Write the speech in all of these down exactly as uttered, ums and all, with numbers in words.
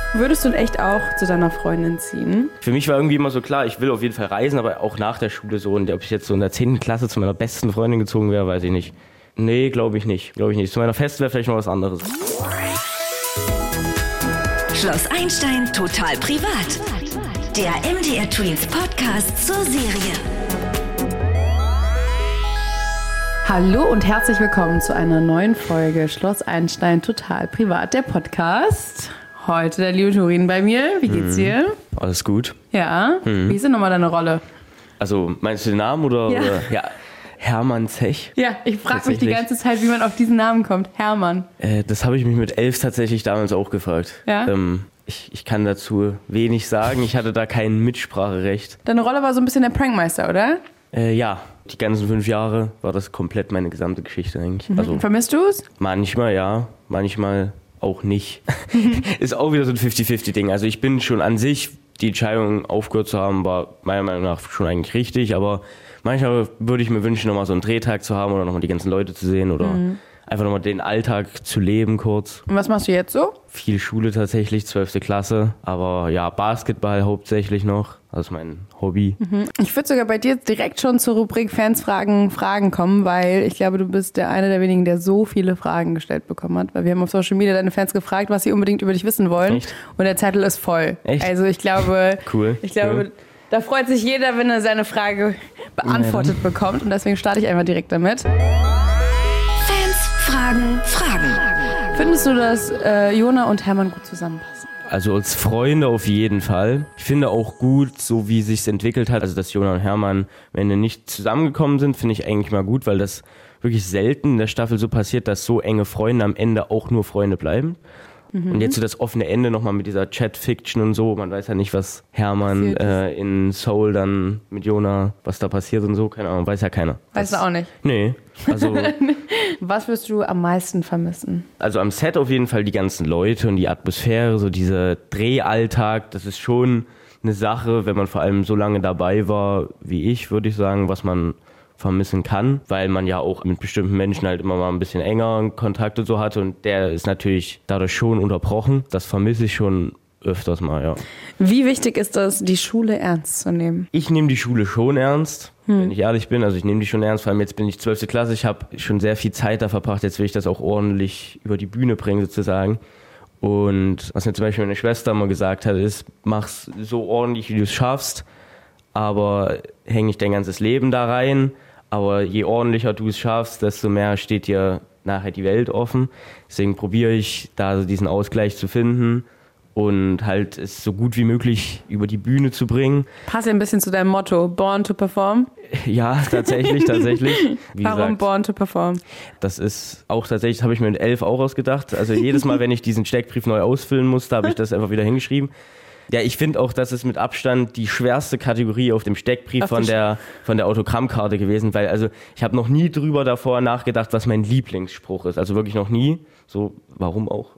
Würdest du echt auch zu deiner Freundin ziehen? Für mich war irgendwie immer so klar, ich will auf jeden Fall reisen, aber auch nach der Schule so. Und ob ich jetzt so in der zehnten Klasse zu meiner besten Freundin gezogen wäre, weiß ich nicht. Nee, glaube ich nicht. Glaube ich nicht. Zu meiner Festen wäre vielleicht noch was anderes. Schloss Einstein total privat. Der M D R Tweens Podcast zur Serie. Hallo und herzlich willkommen zu einer neuen Folge Schloss Einstein total privat, der Podcast. Heute der liebe Turin bei mir. Wie geht's dir? Alles gut. Ja? Hm. Wie ist denn nochmal deine Rolle? Also, meinst du den Namen oder? Ja, oder? Ja. Hermann Zech. Ja, ich frage mich die ganze Zeit, wie man auf diesen Namen kommt. Hermann. Äh, das habe ich mich mit elf tatsächlich damals auch gefragt. Ja? Ähm, ich, ich kann dazu wenig sagen. Ich hatte da kein Mitspracherecht. Deine Rolle war so ein bisschen der Prankmeister, oder? Äh, ja, die ganzen fünf Jahre war das komplett meine gesamte Geschichte eigentlich. Mhm. Also, vermisst du es? Manchmal ja, manchmal auch nicht. Ist auch wieder so ein fifty fifty Ding. Also ich bin schon an sich, die Entscheidung aufgehört zu haben, war meiner Meinung nach schon eigentlich richtig, aber manchmal würde ich mir wünschen, nochmal so einen Drehtag zu haben oder nochmal die ganzen Leute zu sehen oder mhm. einfach nochmal den Alltag zu leben kurz. Und was machst du jetzt so? Viel Schule tatsächlich, zwölfte Klasse, aber ja, Basketball hauptsächlich noch, das ist mein Hobby. Mhm. Ich würde sogar bei dir direkt schon zur Rubrik Fans fragen, Fragen kommen, weil ich glaube, du bist der eine der wenigen, der so viele Fragen gestellt bekommen hat, weil wir haben auf Social Media deine Fans gefragt, was sie unbedingt über dich wissen wollen. Echt? Und der Zettel ist voll. Echt? Also ich glaube, cool. ich glaube, cool. Da freut sich jeder, wenn er seine Frage beantwortet ja, bekommt und deswegen starte ich einfach direkt damit. Fans fragen Fragen. Findest du, dass äh, Jona und Hermann gut zusammenpassen? Also als Freunde auf jeden Fall. Ich finde auch gut, so wie es sich entwickelt hat, also dass Jona und Hermann, wenn sie nicht zusammengekommen sind, finde ich eigentlich mal gut, weil das wirklich selten in der Staffel so passiert, dass so enge Freunde am Ende auch nur Freunde bleiben. Mhm. Und jetzt so das offene Ende nochmal mit dieser Chat-Fiction und so. Man weiß ja nicht, was Hermann äh, in Seoul dann mit Jona, was da passiert und so. Keine Ahnung, weiß ja keiner. Weißt du auch nicht? Nee. Also, was wirst du am meisten vermissen? Also am Set auf jeden Fall die ganzen Leute und die Atmosphäre, so dieser Drehalltag. Das ist schon eine Sache, wenn man vor allem so lange dabei war wie ich, würde ich sagen, was man vermissen kann, weil man ja auch mit bestimmten Menschen halt immer mal ein bisschen enger Kontakt und so hatte und der ist natürlich dadurch schon unterbrochen. Das vermisse ich schon öfters mal, ja. Wie wichtig ist das, die Schule ernst zu nehmen? Ich nehme die Schule schon ernst, hm. wenn ich ehrlich bin. Also ich nehme die schon ernst, vor allem jetzt bin ich zwölfte Klasse, ich habe schon sehr viel Zeit da verbracht, jetzt will ich das auch ordentlich über die Bühne bringen sozusagen. Und was mir zum Beispiel meine Schwester immer gesagt hat, ist, mach's so ordentlich, wie du es schaffst, aber häng nicht dein ganzes Leben da rein. Aber je ordentlicher du es schaffst, desto mehr steht dir nachher die Welt offen. Deswegen probiere ich da diesen Ausgleich zu finden und halt es so gut wie möglich über die Bühne zu bringen. Passt ja ein bisschen zu deinem Motto, Born to Perform. Ja, tatsächlich, tatsächlich. Wie Warum gesagt, Born to Perform? Das ist auch tatsächlich, das habe ich mir mit elf auch ausgedacht. Also jedes Mal, wenn ich diesen Steckbrief neu ausfüllen musste, habe ich das einfach wieder hingeschrieben. Ja, ich finde auch, das ist mit Abstand die schwerste Kategorie auf dem Steckbrief von der, von der Autogrammkarte gewesen, weil also ich habe noch nie drüber davor nachgedacht, was mein Lieblingsspruch ist. Also wirklich noch nie. So, warum auch?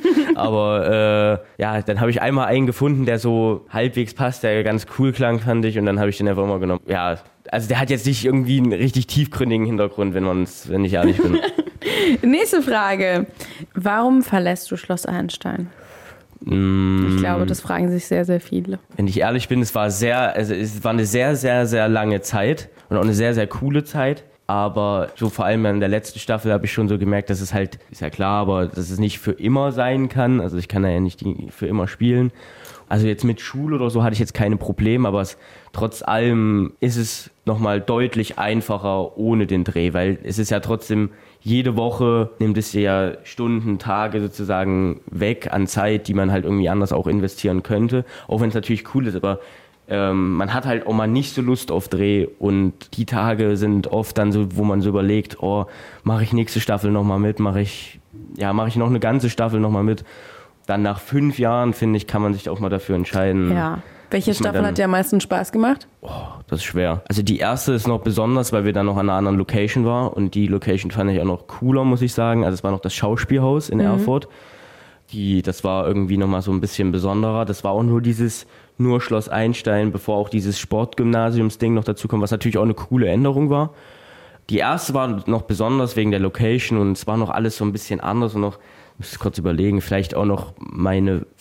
Aber äh, ja, dann habe ich einmal einen gefunden, der so halbwegs passt, der ganz cool klang, fand ich, und dann habe ich den einfach mal genommen. Ja, also der hat jetzt nicht irgendwie einen richtig tiefgründigen Hintergrund, wenn man's, wenn ich ehrlich bin. Nächste Frage. Warum verlässt du Schloss Einstein? Ich glaube, das fragen sich sehr, sehr viele. Wenn ich ehrlich bin, es war sehr, also es war eine sehr, sehr, sehr lange Zeit und auch eine sehr, sehr coole Zeit. Aber so vor allem in der letzten Staffel habe ich schon so gemerkt, dass es halt, ist ja klar, aber dass es nicht für immer sein kann. Also ich kann da ja nicht die für immer spielen. Also jetzt mit Schule oder so hatte ich jetzt keine Probleme, aber es, trotz allem ist es nochmal deutlich einfacher ohne den Dreh, weil es ist ja trotzdem, jede Woche nimmt es ja Stunden, Tage sozusagen weg an Zeit, die man halt irgendwie anders auch investieren könnte, auch wenn es natürlich cool ist, aber ähm, man hat halt auch mal nicht so Lust auf Dreh und die Tage sind oft dann so, wo man so überlegt, oh, mache ich nächste Staffel nochmal mit, mache ich, ja, mache ich noch eine ganze Staffel nochmal mit. Dann nach fünf Jahren, finde ich, kann man sich auch mal dafür entscheiden. Ja. Welche Staffel dann, hat dir am meisten Spaß gemacht? Oh, das ist schwer. Also die erste ist noch besonders, weil wir dann noch an einer anderen Location waren. Und die Location fand ich auch noch cooler, muss ich sagen. Also es war noch das Schauspielhaus in mhm. Erfurt. Die, das war irgendwie nochmal so ein bisschen besonderer. Das war auch nur dieses, nur Schloss Einstein, bevor auch dieses Sportgymnasiums-Ding noch dazu kommt, was natürlich auch eine coole Änderung war. Die erste war noch besonders wegen der Location und es war noch alles so ein bisschen anders und noch, ich muss kurz überlegen, vielleicht auch noch meine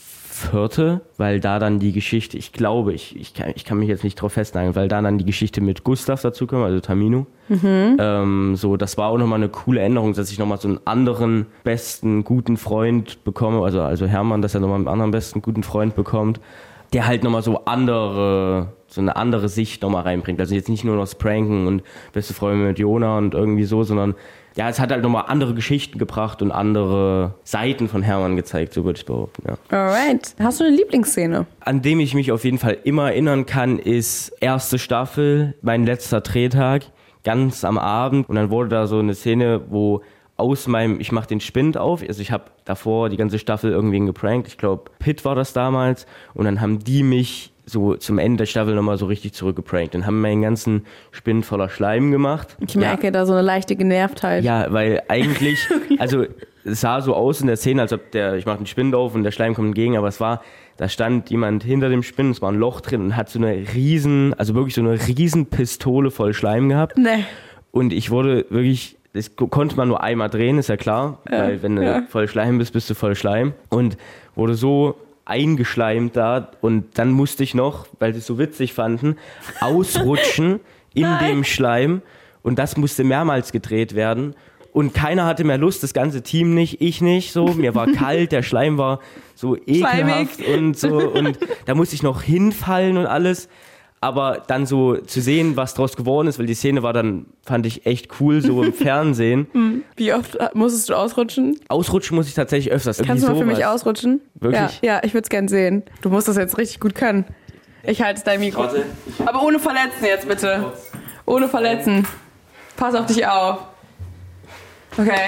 vierte, weil da dann die Geschichte, ich glaube, ich, ich, kann, ich kann mich jetzt nicht drauf festnageln, weil da dann die Geschichte mit Gustav dazu kam, also Tamino. Mhm. Ähm, so, das war auch nochmal eine coole Änderung, dass ich nochmal so einen anderen besten, guten Freund bekomme, also, also Hermann, dass er nochmal einen anderen besten, guten Freund bekommt, der halt nochmal so andere, so eine andere Sicht nochmal reinbringt. Also jetzt nicht nur noch das Pranken und beste Freundin mit Jona und irgendwie so, sondern ja, es hat halt nochmal andere Geschichten gebracht und andere Seiten von Hermann gezeigt, so würde ich behaupten, ja. Alright. Hast du eine Lieblingsszene? An dem ich mich auf jeden Fall immer erinnern kann, ist erste Staffel, mein letzter Drehtag, ganz am Abend. Und dann wurde da so eine Szene, wo aus meinem, ich mach den Spind auf, also ich habe davor die ganze Staffel irgendwen geprankt, ich glaube Pitt war das damals, und dann haben die mich so zum Ende der Staffel nochmal so richtig zurückgeprankt. Dann haben wir meinen ganzen Spind voller Schleim gemacht. Ich merke ja. da so eine leichte Genervtheit. Ja, weil eigentlich, also es sah so aus in der Szene, als ob der, ich mache den Spind auf und der Schleim kommt entgegen, aber es war, da stand jemand hinter dem Spind, es war ein Loch drin und hat so eine riesen, also wirklich so eine riesen Pistole voll Schleim gehabt. Nee. Und ich wurde wirklich, das konnte man nur einmal drehen, ist ja klar, ja, weil wenn du ja. voll Schleim bist, bist du voll Schleim. Und wurde so eingeschleimt da, und dann musste ich noch, weil sie es so witzig fanden, ausrutschen in dem Schleim, und das musste mehrmals gedreht werden und keiner hatte mehr Lust, das ganze Team nicht, ich nicht, so, mir war kalt, der Schleim war so ekelhaft Schleimig. und so, und da musste ich noch hinfallen und alles. Aber dann so zu sehen, was draus geworden ist, weil die Szene war dann, fand ich echt cool, so im Fernsehen. Wie oft musstest du ausrutschen? Ausrutschen muss ich tatsächlich öfters. Kannst du mal für mich ausrutschen? Wirklich? Ja, ja, ich würde es gern sehen. Du musst das jetzt richtig gut können. Ich halte dein Mikro. Warte. Aber ohne Verletzen jetzt bitte. Ohne Verletzen. Pass auf dich auf. Okay.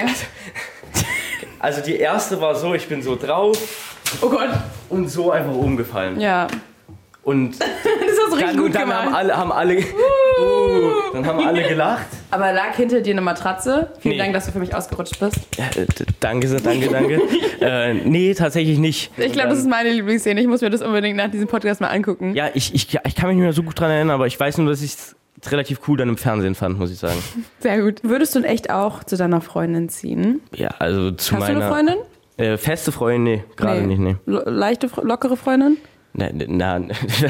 Also die erste war so, ich bin so drauf. Oh Gott. Und so einfach umgefallen. Ja. Und das hast du richtig dann, gut und dann gemacht. haben alle, haben alle, uh, dann haben alle gelacht. Aber lag hinter dir eine Matratze? Vielen Nee. Dank, dass du für mich ausgerutscht bist. Ja, äh, danke, danke, danke. äh, nee, tatsächlich nicht. Ich glaube, das ist meine Lieblingsszene. Ich muss mir das unbedingt nach diesem Podcast mal angucken. Ja, ich, ich, ich kann mich nicht mehr so gut dran erinnern, aber ich weiß nur, dass ich es relativ cool dann im Fernsehen fand, muss ich sagen. Sehr gut. Würdest du in echt auch zu deiner Freundin ziehen? Ja, also zu Hast meiner... du eine Freundin? Äh, feste Freundin, nee, gerade Nee. nicht, nee. Lo- leichte, lockere Freundin? Na, na,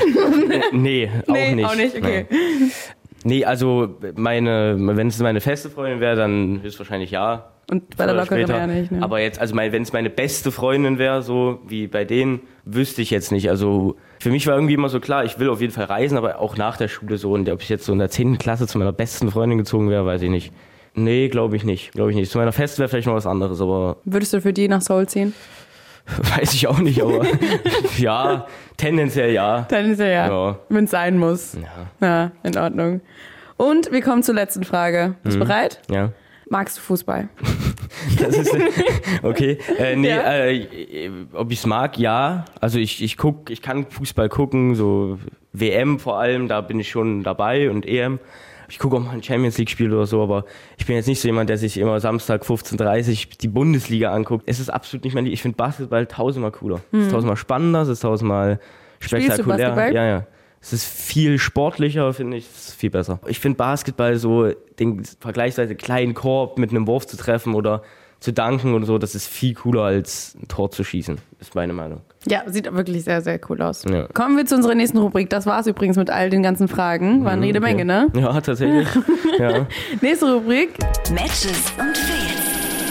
nee, auch Nee, nicht. auch nicht, okay. Nein. Nee, also meine, wenn es meine feste Freundin wäre, dann höchstwahrscheinlich ja. Und bei der Früher oder lockeren später. ja nicht, ne? Aber jetzt, also mein, wenn es meine beste Freundin wäre, so wie bei denen, wüsste ich jetzt nicht. Also für mich war irgendwie immer so klar, ich will auf jeden Fall reisen, aber auch nach der Schule so. Und ob ich jetzt so in der zehnten Klasse zu meiner besten Freundin gezogen wäre, weiß ich nicht. Nee, glaube ich nicht. Glaube ich nicht. Zu meiner Festen wäre vielleicht noch was anderes, aber Würdest du für die nach Seoul ziehen? weiß ich auch nicht, aber ja, tendenziell ja. Dann ist er ja, Ja. wenn es sein muss. Ja. Ja, in Ordnung. Und wir kommen zur letzten Frage. Bist du Mhm. bereit? Ja. Magst du Fußball? Das ist, okay. Äh, nee, Ja. äh, ob ich es mag, ja. Also ich, ich guck, ich kann Fußball gucken, so W M vor allem, da bin ich schon dabei, und E M. Ich gucke auch mal ein Champions League Spiel oder so, aber ich bin jetzt nicht so jemand, der sich immer Samstag fünfzehn Uhr dreißig die Bundesliga anguckt. Es ist absolut nicht mein Lieb. Ich finde Basketball tausendmal cooler. Es ist tausendmal spannender, es ist tausendmal spektakulär. Spielst du Basketball? Ja, ja. Es ist viel sportlicher, finde ich. Es ist viel besser. Ich finde Basketball so, den vergleichsweise kleinen Korb mit einem Wurf zu treffen oder zu danken oder so, das ist viel cooler als ein Tor zu schießen, ist meine Meinung. Ja, sieht wirklich sehr, sehr cool aus. Ja. Kommen wir zu unserer nächsten Rubrik. Das war's übrigens mit all den ganzen Fragen. War eine jede Okay. Menge, ne? Ja, tatsächlich. Ja. Nächste Rubrik Matches und Fails.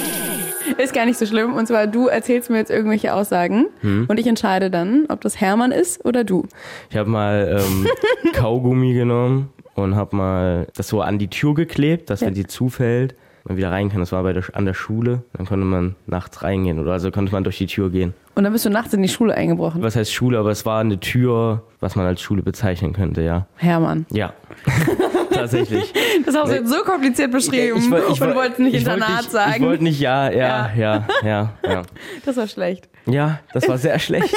ist gar nicht so schlimm. Und zwar, du erzählst mir jetzt irgendwelche Aussagen und ich entscheide dann, ob das Hermann ist oder du. Ich habe mal ähm, Kaugummi genommen und habe mal das so an die Tür geklebt, dass Ja. wenn die zufällt, man wieder rein kann. Das war bei der, an der Schule. Dann konnte man nachts reingehen oder also konnte man durch die Tür gehen. Und dann bist du nachts in die Schule eingebrochen. Was heißt Schule? Aber es war eine Tür, was man als Schule bezeichnen könnte, ja. Hermann. Ja, tatsächlich. Das hast du jetzt so kompliziert beschrieben Ich, woll- ich, und woll- wolltest nicht ich wollte Internat nicht, sagen. Ich wollte nicht, ja, ja, ja, ja, ja. Das war schlecht. Ja, das war sehr schlecht.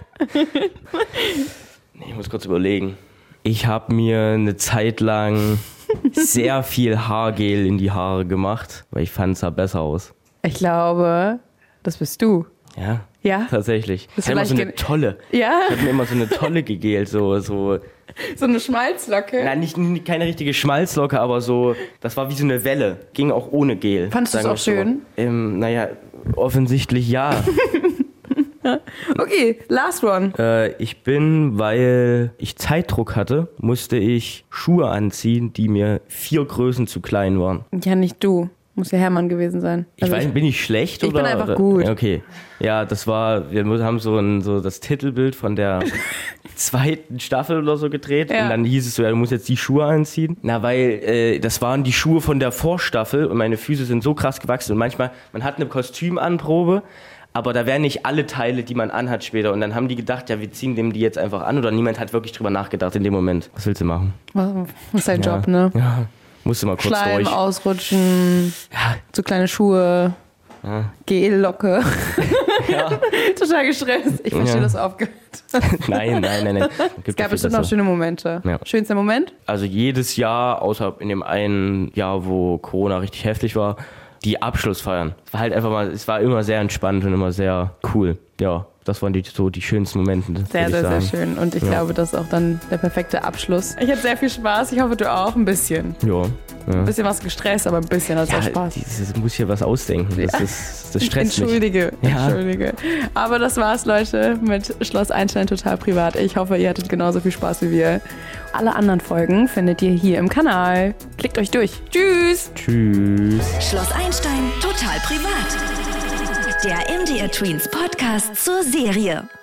Nee, ich muss kurz überlegen. Ich habe mir eine Zeit lang sehr viel Haargel in die Haare gemacht, weil ich fand, es sah besser aus. Ich glaube, das bist du. Ja, Ja? tatsächlich. Das Ich hatte immer so vielleicht eine tolle. Ja? Ich habe mir immer so eine tolle gegelt, so, so. So eine Schmalzlocke. Na, nicht, nicht keine richtige Schmalzlocke, aber so, das war wie so eine Welle. Ging auch ohne Gel. Fandest du es sagen auch wir so. schön? Ähm, naja, offensichtlich ja. Okay, Okay, last one. Äh, ich bin, weil ich Zeitdruck hatte, musste ich Schuhe anziehen, die mir vier Größen zu klein waren. Ja, nicht du. Muss ja Hermann gewesen sein. Ich Also weiß, bin ich schlecht ich oder? bin einfach oder? gut. Okay. Ja, das war, wir haben so, ein, so das Titelbild von der zweiten Staffel oder so gedreht. Ja. Und dann hieß es so, ja, du musst jetzt die Schuhe anziehen. Na, weil äh, das waren die Schuhe von der Vorstaffel und meine Füße sind so krass gewachsen. Und manchmal, man hat eine Kostümanprobe, aber da wären nicht alle Teile, die man anhat später. Und dann haben die gedacht, ja, wir ziehen dem die jetzt einfach an. Oder niemand hat wirklich drüber nachgedacht in dem Moment. Was willst du machen? Das ist dein Ja. Job, ne? Ja, musste mal kurz Schleim, durch. ausrutschen, Ja. zu kleine Schuhe, Ja. Gellocke. Ja. Total gestresst. Ich verstehe Ja. das aufgehört. Nein, nein, nein, nein. Es Gibt gab dafür bestimmt noch besser. schöne Momente. Ja. Schönster Moment? Also jedes Jahr, außer in dem einen Jahr, wo Corona richtig heftig war, die Abschlussfeiern. Es war halt einfach mal, es war immer sehr entspannt und immer sehr cool. Ja, das waren die, so die schönsten Momente. Sehr, würd ich sehr, sehr sagen. schön. Und ich Ja. glaube, das ist auch dann der perfekte Abschluss. Ich hatte sehr viel Spaß. Ich hoffe, du auch ein bisschen. Ja. Ja. Ein bisschen was gestresst, aber ein bisschen hat es auch Ja, Spaß. dieses, muss hier was ausdenken. Das, ist, das stresst mich. Entschuldige, Ja. entschuldige. Aber das war's, Leute, mit Schloss Einstein total privat. Ich hoffe, ihr hattet genauso viel Spaß wie wir. Alle anderen Folgen findet ihr hier im Kanal. Klickt euch durch. Tschüss! Tschüss. Schloss Einstein total privat. Der M D R Tweens Podcast zur Serie.